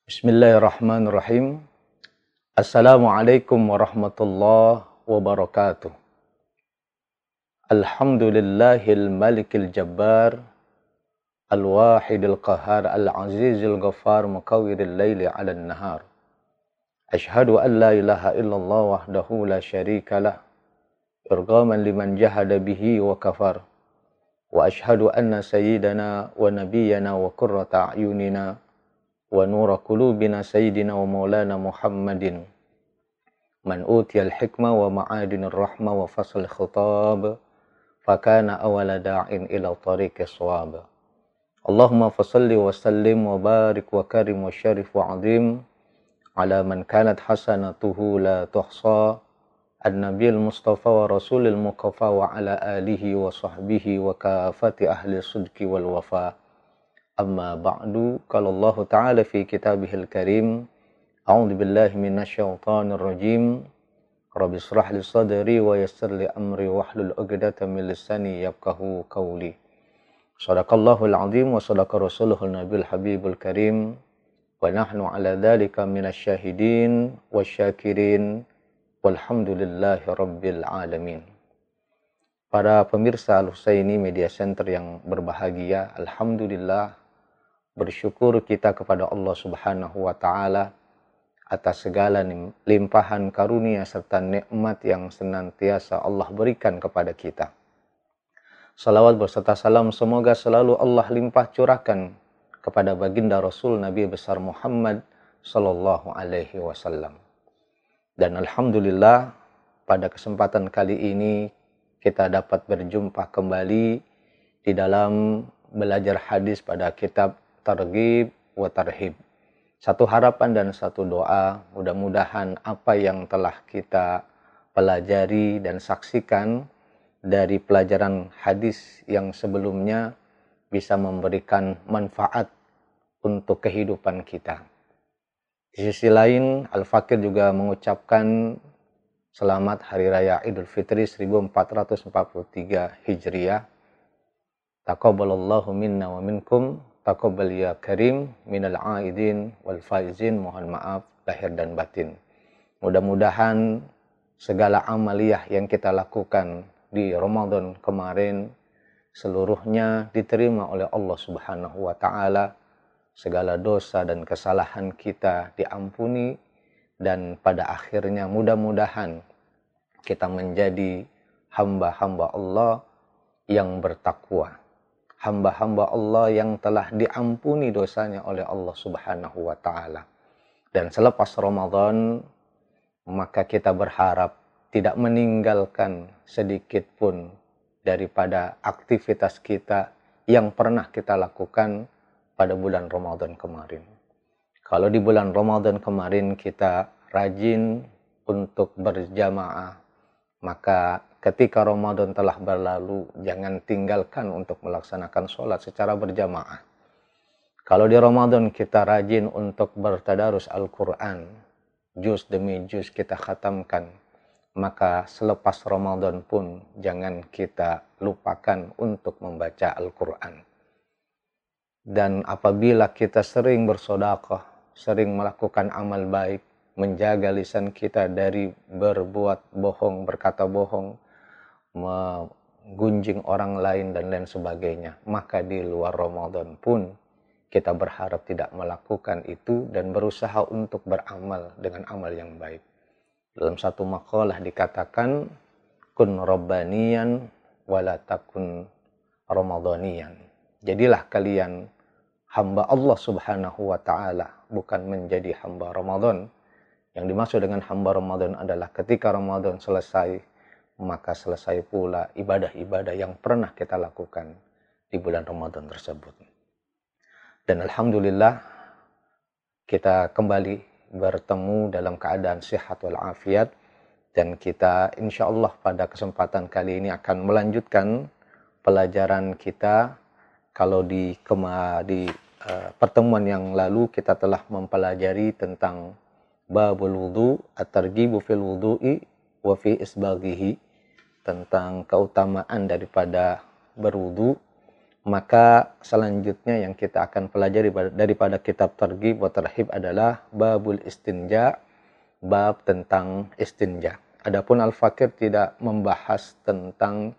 Bismillahirrahmanirrahim. Assalamualaikum warahmatullahi wabarakatuh. Alhamdulillahil malikil jabbar, al-wahidil qahar, al-azizil ghaffar, mukawwiril laili 'alan nahar. Asyhadu an la ilaha illallah wahdahu la syarikalah, irghaman liman jahada bihi wa kafar. Wa asyhadu anna sayyidana wa nabiyyana wa qurrata a'yunina wa nura qulubina sayyidina wa maulana Muhammadin man utiyal hikmah wa ma'adinir rahmah wa fasl khitab fakana awala da'in ila tariqis shawab. Allahumma fasalli wa sallim wa barik wa karim wa syarif wa azim ala man kanat hasanatuhu la tuhsa an-nabiyil mustafa wa rasulil muqaffa wa ala alihi wa sahbihi wa kafati ahli sidqi wal wafa. Amma ba'du, qala Allah Ta'ala fi kitabihil karim, a'udzu billahi minasyaitonir rajim. Rabbi shrah li sadri wa yassir li amri wahlul 'uqdatam min lisani yafqahu qawli. Shadaqallahul 'azim wa shadaqa rasuluhun nabiyul habibul karim. Wa nahnu 'ala dzalika minasyahidin wasyakirin. Walhamdulillahi rabbil alamin. Para pemirsa Al-Husaini Media Center yang berbahagia, alhamdulillah, bersyukur kita kepada Allah Subhanahu wa Ta'ala atas segala limpahan karunia serta nikmat yang senantiasa Allah berikan kepada kita. Salawat berserta salam semoga selalu Allah limpah curahkan kepada baginda Rasul Nabi besar Muhammad sallallahu alaihi wasallam. Dan alhamdulillah, pada kesempatan kali ini kita dapat berjumpa kembali di dalam belajar hadis pada kitab Targhib wa Tarhib. Satu harapan dan satu doa, mudah-mudahan apa yang telah kita pelajari dan saksikan dari pelajaran hadis yang sebelumnya bisa memberikan manfaat untuk kehidupan kita. Di sisi lain, Al-Fakir juga mengucapkan selamat Hari Raya Idul Fitri 1443 Hijriah. Taqabbalallahu minna wa minkum. Taqabbal ya karim minal aidin wal faizin. Mohon maaf lahir dan batin. Mudah-mudahan segala amaliyah yang kita lakukan di Ramadan kemarin seluruhnya diterima oleh Allah Subhanahu wa Ta'ala. Segala dosa dan kesalahan kita diampuni, dan pada akhirnya mudah-mudahan kita menjadi hamba-hamba Allah yang bertakwa, hamba-hamba Allah yang telah diampuni dosanya oleh Allah Subhanahu wa Ta'ala. Dan selepas Ramadan, maka kita berharap tidak meninggalkan sedikit pun daripada aktivitas kita yang pernah kita lakukan pada bulan Ramadan kemarin. Kalau di bulan Ramadan kemarin kita rajin untuk berjamaah, maka ketika Ramadan telah berlalu, jangan tinggalkan untuk melaksanakan sholat secara berjamaah. Kalau di Ramadan kita rajin untuk bertadarus Al-Quran, juz demi juz kita khatamkan, maka selepas Ramadan pun jangan kita lupakan untuk membaca Al-Quran. Dan apabila kita sering bersedekah, sering melakukan amal baik, menjaga lisan kita dari berbuat bohong, berkata bohong, menggunjing orang lain dan lain sebagainya, maka di luar Ramadan pun kita berharap tidak melakukan itu dan berusaha untuk beramal dengan amal yang baik. Dalam satu maqalah dikatakan, kun rabbaniyan wala takun ramadhaniyan. Jadilah kalian hamba Allah Subhanahu wa Ta'ala, bukan menjadi hamba Ramadan. Yang dimaksud dengan hamba Ramadan adalah ketika Ramadan selesai, maka selesai pula ibadah-ibadah yang pernah kita lakukan di bulan Ramadan tersebut. Dan alhamdulillah, kita kembali bertemu dalam keadaan sehat walafiat, dan kita insya Allah pada kesempatan kali ini akan melanjutkan pelajaran kita. Kalau di pertemuan yang lalu kita telah mempelajari tentang babul wudu, at-targhibu fil wudu'i wa fi isbaghihi, tentang keutamaan daripada berwudu Maka selanjutnya yang kita akan pelajari daripada kitab Targhib wa Tarhib adalah babul istinja, bab tentang istinja. Adapun Al-Fakir tidak membahas tentang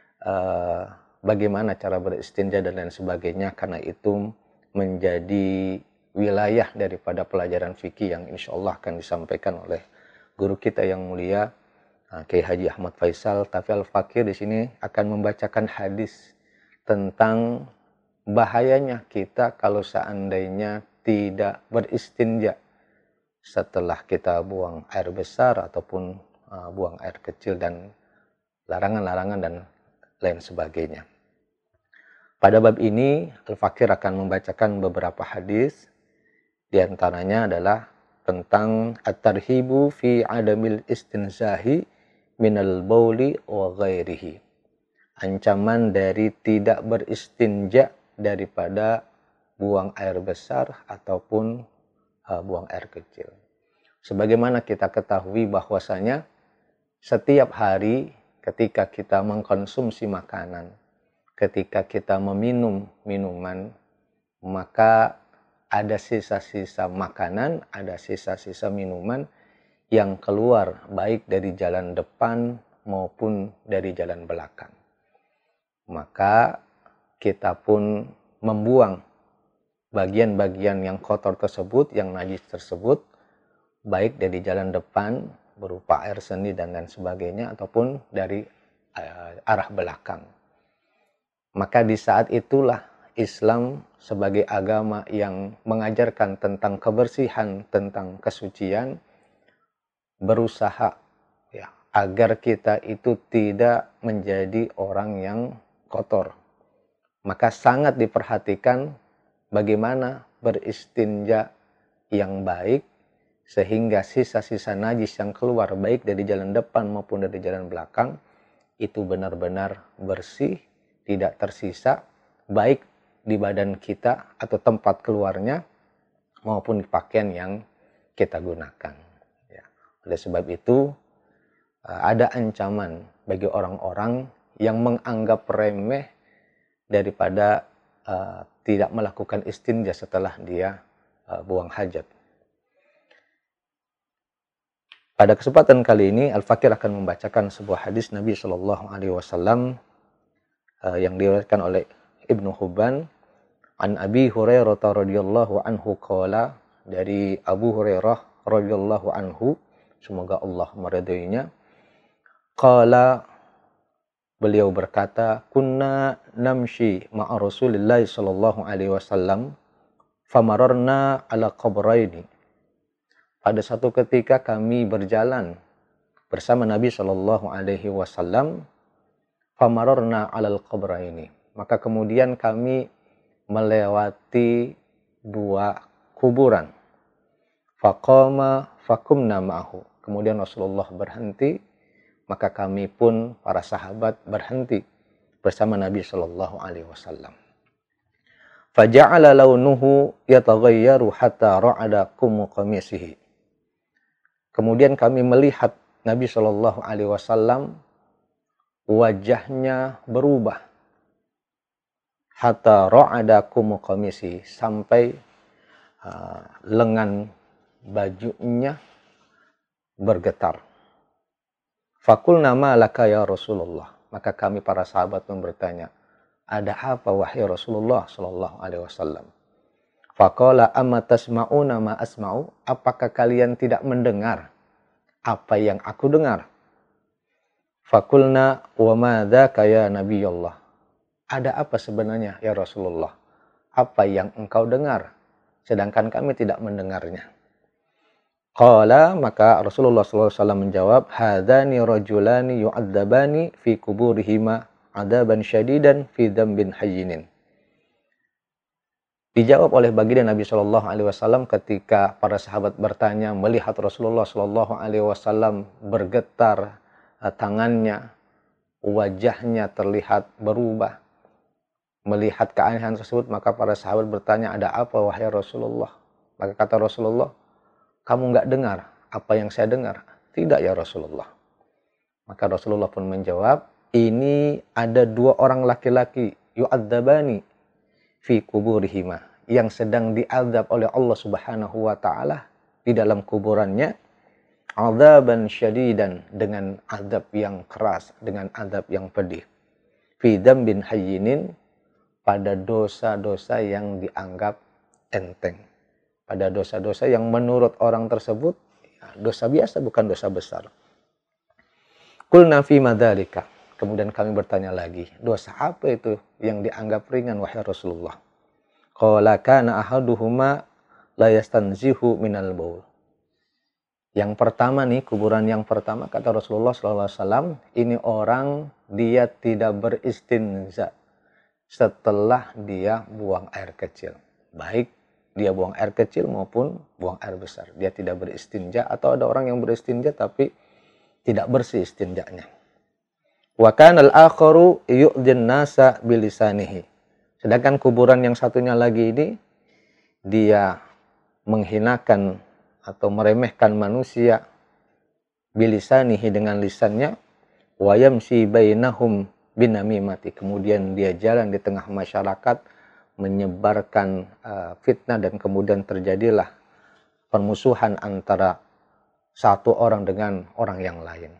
bagaimana cara beristinja dan lain sebagainya, karena itu menjadi wilayah daripada pelajaran fikih yang insya Allah akan disampaikan oleh guru kita yang mulia Kiai Haji Ahmad Faisal. Tapi Al-Fakir di sini akan membacakan hadis tentang bahayanya kita kalau seandainya tidak beristinja setelah kita buang air besar ataupun buang air kecil, dan larangan-larangan dan lain sebagainya. Pada bab ini Al-Fakir akan membacakan beberapa hadis, di antaranya adalah tentang at-tarhibu fi adamil istinzahi minal bauli wa ghairihi. Ancaman dari tidak beristinja daripada buang air besar ataupun buang air kecil. Sebagaimana kita ketahui bahwasanya setiap hari ketika kita mengkonsumsi makanan, ketika kita meminum minuman, maka ada sisa-sisa makanan, ada sisa-sisa minuman yang keluar baik dari jalan depan maupun dari jalan belakang. Maka kita pun membuang bagian-bagian yang kotor tersebut, yang najis tersebut, baik dari jalan depan berupa air seni dan lain sebagainya, ataupun dari arah belakang. Maka di saat itulah Islam sebagai agama yang mengajarkan tentang kebersihan, tentang kesucian, berusaha agar kita itu tidak menjadi orang yang kotor. Maka sangat diperhatikan bagaimana beristinja yang baik, sehingga sisa-sisa najis yang keluar baik dari jalan depan maupun dari jalan belakang itu benar-benar bersih, tidak tersisa, baik di badan kita atau tempat keluarnya maupun di pakaian yang kita gunakan. Oleh sebab itu ada ancaman bagi orang-orang yang menganggap remeh daripada tidak melakukan istinja setelah dia buang hajat. Pada kesempatan kali ini Al-Fakir akan membacakan sebuah hadis Nabi Shallallahu Alaihi Wasallam yang diriwayatkan oleh Ibnu Hubban an Abi Hurairah radhiyallahu anhu qala, dari Abu Hurairah radhiyallahu anhu, semoga Allah meridainya, qala, beliau berkata, kunna namshi ma'a Rasulillah sallallahu alaihi wasallam famararna ala qabraini. Pada satu ketika kami berjalan bersama Nabi sallallahu alaihi wasallam, famararna alal qabraini, maka kemudian kami melewati dua kuburan. Faqama fakumna ma'ahu, kemudian Rasulullah berhenti, maka kami pun para sahabat berhenti bersama Nabi Shallallahu Alaihi Wasallam. Faja'ala launuhu yataghayyaru hatta ra'ada qumu qamisihi. Kemudian kami melihat Nabi Shallallahu Alaihi Wasallam wajahnya berubah hatta ra'ada qumu qamisihi, sampai lengan bajunya bergetar. Fakulna ma laka ya Rasulullah, maka kami para sahabat pun bertanya, ada apa wahai Rasulullah sallallahu alaihi wasallam? Faqala amma tasma'una ma asma'u, apakah kalian tidak mendengar apa yang aku dengar? Fakulna wa ma dzaka ya Nabiyullah, ada apa sebenarnya ya Rasulullah? Apa yang engkau dengar sedangkan kami tidak mendengarnya? Qala, maka Rasulullah SAW menjawab, hadani rajulani yu'adzabani fi kuburihima adaban syadidan fi dzambin hayyinin. Dijawab oleh baginda Nabi SAW ketika para sahabat bertanya, melihat Rasulullah SAW bergetar tangannya, wajahnya terlihat berubah. Melihat keanehan tersebut, maka para sahabat bertanya, ada apa wahai Rasulullah? Maka kata Rasulullah, kamu nggak dengar apa yang saya dengar? Tidak ya Rasulullah. Maka Rasulullah pun menjawab, ini ada dua orang laki-laki, yu'adzabani fi kuburihima, yang sedang diazab oleh Allah Subhanahu wa taala di dalam kuburannya, azaban syadidan, dengan azab yang keras, dengan azab yang pedih, fi dzambin hayyinin, pada dosa-dosa yang dianggap enteng, pada dosa-dosa yang menurut orang tersebut dosa biasa, bukan dosa besar. Qulna fi madzalika, kemudian kami bertanya lagi, dosa apa itu yang dianggap ringan wahai Rasulullah? Qala kana ahaduhuma la yastanzihu minal baul. Yang pertama nih, kuburan yang pertama, kata Rasulullah SAW, ini orang dia tidak beristinja setelah dia buang air kecil. Baik dia buang air kecil maupun buang air besar, dia tidak beristinja. Atau ada orang yang beristinja tapi tidak bersih istinjanya. Wa kana al-akharu yu'dhin nasa bilisanihi. Sedangkan kuburan yang satunya lagi ini, dia menghinakan atau meremehkan manusia bilisanihi, dengan lisannya, wa yamsi bainahum binamimati, kemudian dia jalan di tengah masyarakat menyebarkan fitnah, dan kemudian terjadilah permusuhan antara satu orang dengan orang yang lain.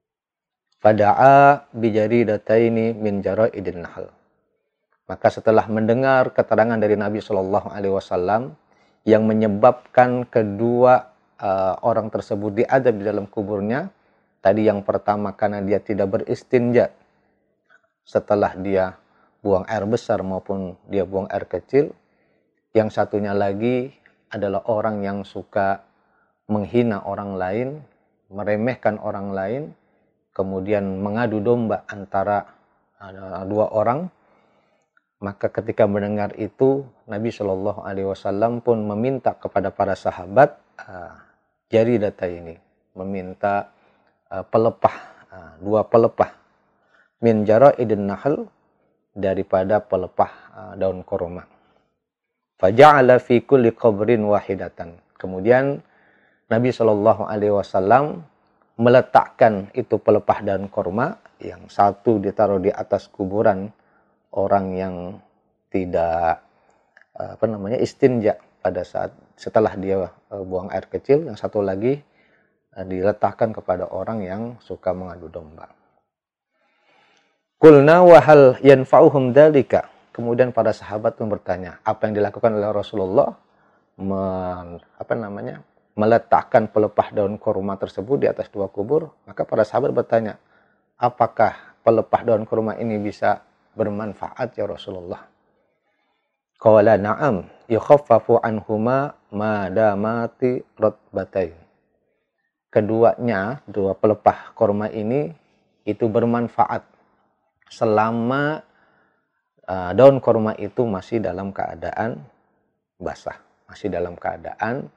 Fada'a bijaridataini min jaraidin nahl. Maka setelah mendengar keterangan dari Nabi Shallallahu Alaihi Wasallam yang menyebabkan kedua orang tersebut diadab di dalam kuburnya, tadi yang pertama karena dia tidak beristinja setelah dia buang air besar maupun dia buang air kecil, yang satunya lagi adalah orang yang suka menghina orang lain, meremehkan orang lain, kemudian mengadu domba antara dua orang. Maka ketika mendengar itu, Nabi Shallallahu Alaihi Wasallam pun meminta kepada para sahabat jari data ini, meminta pelepah, dua pelepah, min jaraidin nahl, daripada pelepah daun korma. Faja'ala fi kulli qabrin wahidatan. Kemudian Nabi Shallallahu Alaihi Wasallam meletakkan itu pelepah daun korma, yang satu ditaruh di atas kuburan orang yang tidak istinja pada saat setelah dia buang air kecil, yang satu lagi diletakkan kepada orang yang suka mengadu domba. Qulna wa hal yanfa'uhum dzalika. Kemudian para sahabat pun bertanya, apa yang dilakukan oleh Rasulullah meletakkan pelepah daun kurma tersebut di atas dua kubur? Maka para sahabat bertanya, apakah pelepah daun kurma ini bisa bermanfaat ya Rasulullah? Qala na'am yukhaffafu anhuma ma damati ratbatain. Keduanya, dua pelepah kurma ini itu bermanfaat selama daun kurma itu masih dalam keadaan basah, masih dalam keadaan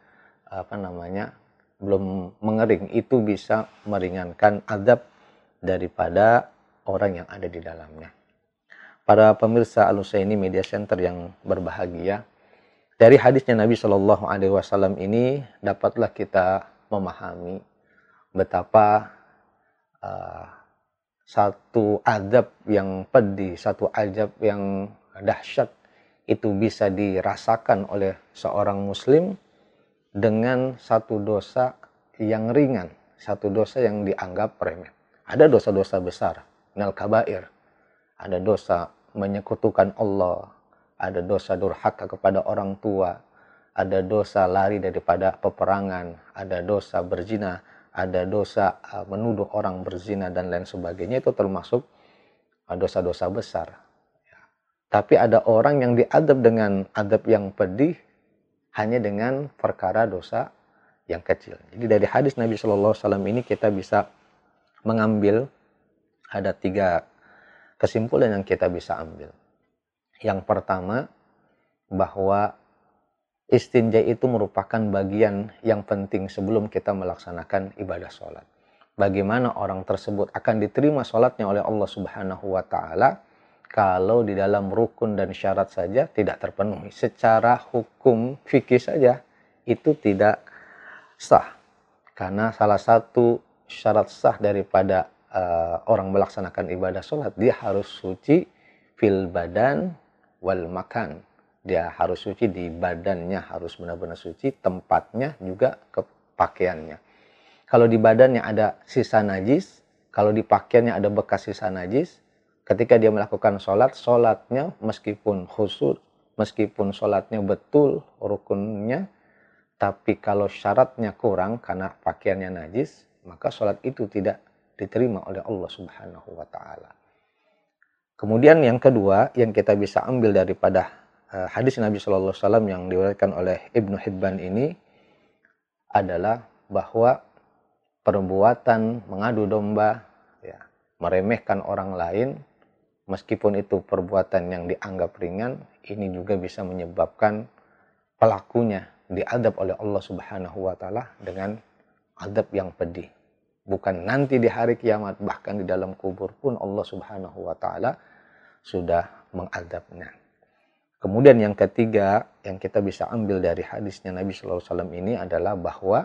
belum mengering. Itu bisa meringankan azab daripada orang yang ada di dalamnya. Para pemirsa Al-Husaini Media Center yang berbahagia, dari hadisnya Nabi Shallallahu Alaihi Wasallam ini dapatlah kita memahami betapa satu azab yang pedih, satu azab yang dahsyat itu bisa dirasakan oleh seorang muslim dengan satu dosa yang ringan, satu dosa yang dianggap remeh. Ada dosa-dosa besar, minal kabair, ada dosa menyekutukan Allah, ada dosa durhaka kepada orang tua, ada dosa lari daripada peperangan, ada dosa berzina, ada dosa menuduh orang berzina dan lain sebagainya. Itu termasuk dosa-dosa besar. Tapi ada orang yang diadab dengan adab yang pedih hanya dengan perkara dosa yang kecil. Jadi dari hadis Nabi Shallallahu Alaihi Wasallam ini kita bisa mengambil ada 3 kesimpulan yang kita bisa ambil. Yang pertama, bahwa istinja itu merupakan bagian yang penting sebelum kita melaksanakan ibadah sholat. Bagaimana orang tersebut akan diterima sholatnya oleh Allah Subhanahu wa Ta'ala kalau di dalam rukun dan syarat saja tidak terpenuhi? Secara hukum fikih saja itu tidak sah, karena salah satu syarat sah daripada orang melaksanakan ibadah sholat, dia harus suci fil badan wal makan. Dia harus suci di badannya, harus benar-benar suci, tempatnya juga ke pakaiannya. Kalau di badannya ada sisa najis, kalau di pakaiannya ada bekas sisa najis, ketika dia melakukan sholat, sholatnya meskipun khusyuk, meskipun sholatnya betul rukunnya, tapi kalau syaratnya kurang karena pakaiannya najis, maka sholat itu tidak diterima oleh Allah Subhanahu wa Ta'ala. Kemudian yang kedua yang kita bisa ambil daripada hadis Nabi Shallallahu Alaihi Wasallam yang diriwayatkan oleh Ibnu Hibban ini adalah bahwa perbuatan mengadu domba, ya, meremehkan orang lain, meskipun itu perbuatan yang dianggap ringan, ini juga bisa menyebabkan pelakunya diadab oleh Allah Subhanahu wa Ta'ala dengan adab yang pedih. Bukan nanti di hari kiamat, bahkan di dalam kubur pun Allah Subhanahu wa Ta'ala sudah mengadabnya. Kemudian yang ketiga yang kita bisa ambil dari hadisnya Nabi Sallallahu Alaihi Wasallam ini adalah bahwa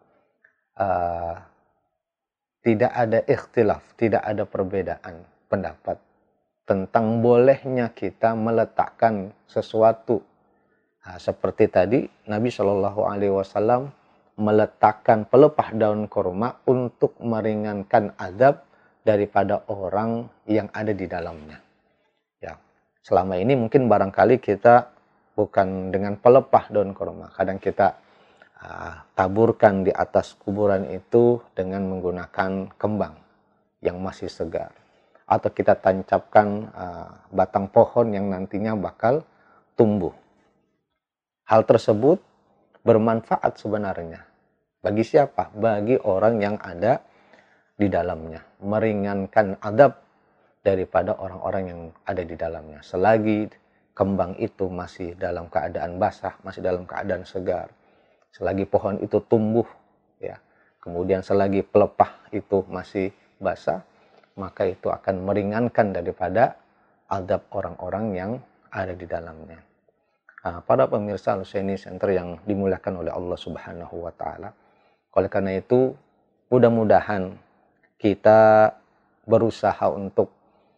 tidak ada ikhtilaf, tidak ada perbedaan pendapat tentang bolehnya kita meletakkan sesuatu. Nah, seperti tadi Nabi Shallallahu Alaihi Wasallam meletakkan pelepah daun kurma untuk meringankan azab daripada orang yang ada di dalamnya. Ya, selama ini mungkin barangkali kita bukan dengan pelepah daun kurma, kadang kita taburkan di atas kuburan itu dengan menggunakan kembang yang masih segar, atau kita tancapkan batang pohon yang nantinya bakal tumbuh. Hal tersebut bermanfaat sebenarnya. Bagi siapa? Bagi orang yang ada di dalamnya. Meringankan azab daripada orang-orang yang ada di dalamnya. Selagi kembang itu masih dalam keadaan basah, masih dalam keadaan segar. Selagi pohon itu tumbuh, ya, kemudian selagi pelepah itu masih basah, maka itu akan meringankan daripada azab orang-orang yang ada di dalamnya. Para pemirsa Al-Husaini Center yang dimuliakan oleh Allah Subhanahu wa Ta'ala, oleh karena itu mudah-mudahan kita berusaha untuk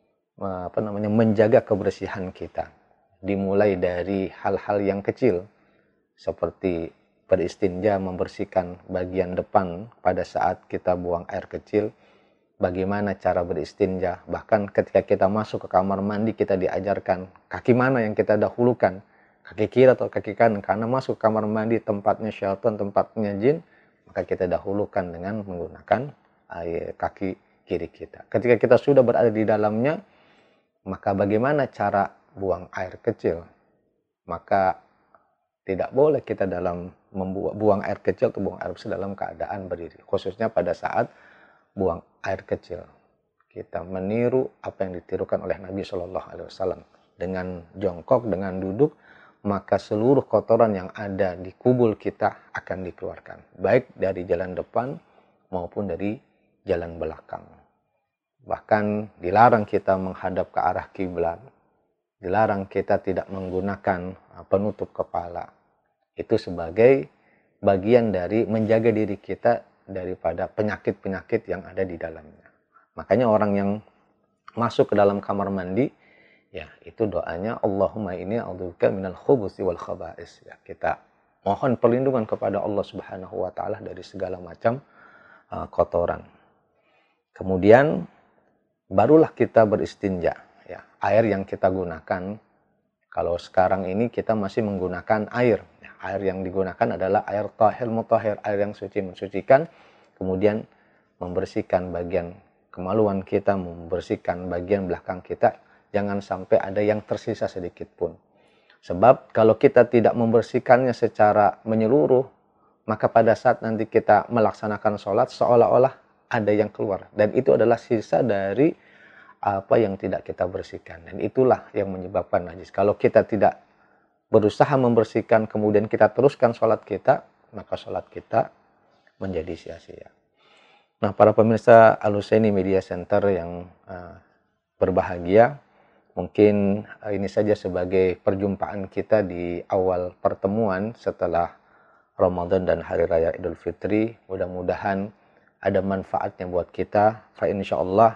menjaga kebersihan kita, dimulai dari hal-hal yang kecil seperti beristinja, membersihkan bagian depan pada saat kita buang air kecil. Bagaimana cara beristinja, bahkan ketika kita masuk ke kamar mandi kita diajarkan kaki mana yang kita dahulukan, kaki kiri atau kaki kanan, karena masuk kamar mandi tempatnya syaitan, tempatnya jin, maka kita dahulukan dengan menggunakan kaki kiri kita. Ketika kita sudah berada di dalamnya, maka bagaimana cara buang air kecil? Maka tidak boleh kita dalam buang air kecil atau buang air besar dalam keadaan berdiri, khususnya pada saat buang air kecil. Kita meniru apa yang ditirukan oleh Nabi Shallallahu Alaihi Wasallam, dengan jongkok, dengan duduk, maka seluruh kotoran yang ada di kubul kita akan dikeluarkan, baik dari jalan depan maupun dari jalan belakang. Bahkan dilarang kita menghadap ke arah kiblat, dilarang kita tidak menggunakan penutup kepala. Itu sebagai bagian dari menjaga diri kita daripada penyakit-penyakit yang ada di dalamnya. Makanya orang yang masuk ke dalam kamar mandi, ya, itu doanya Allahumma inni a'udzubika minal khubuthi wal khaba'is. Ya, kita mohon perlindungan kepada Allah Subhanahu wa Ta'ala dari segala macam kotoran. Kemudian barulah kita beristinja. Ya, air yang kita gunakan, kalau sekarang ini kita masih menggunakan air. Ya, air yang digunakan adalah air tahir mutahhir, air yang suci, mensucikan, kemudian membersihkan bagian kemaluan kita, membersihkan bagian belakang kita. Jangan sampai ada yang tersisa sedikit pun. Sebab kalau kita tidak membersihkannya secara menyeluruh, maka pada saat nanti kita melaksanakan sholat, seolah-olah ada yang keluar. Dan itu adalah sisa dari apa yang tidak kita bersihkan. Dan itulah yang menyebabkan najis. Kalau kita tidak berusaha membersihkan, kemudian kita teruskan sholat kita, maka sholat kita menjadi sia-sia. Nah, para pemirsa Al-Husaini Media Center yang berbahagia, mungkin ini saja sebagai perjumpaan kita di awal pertemuan setelah Ramadan dan Hari Raya Idul Fitri. Mudah-mudahan ada manfaatnya buat kita. Fa insyaallah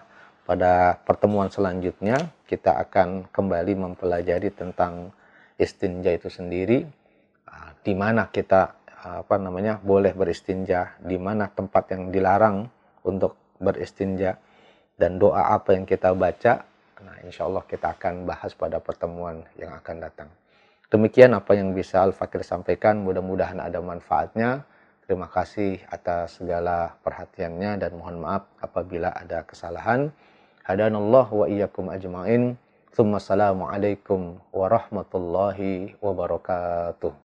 pada pertemuan selanjutnya kita akan kembali mempelajari tentang istinja itu sendiri, di mana kita boleh beristinja, di mana tempat yang dilarang untuk beristinja, dan doa apa yang kita baca. Nah, insya Allah kita akan bahas pada pertemuan yang akan datang. Demikian apa yang bisa Al-Fakir sampaikan, mudah-mudahan ada manfaatnya. Terima kasih atas segala perhatiannya dan mohon maaf apabila ada kesalahan. Hadanallah wa iyyakum ajma'in. Tsumma assalamu alaikum warahmatullahi wabarakatuh.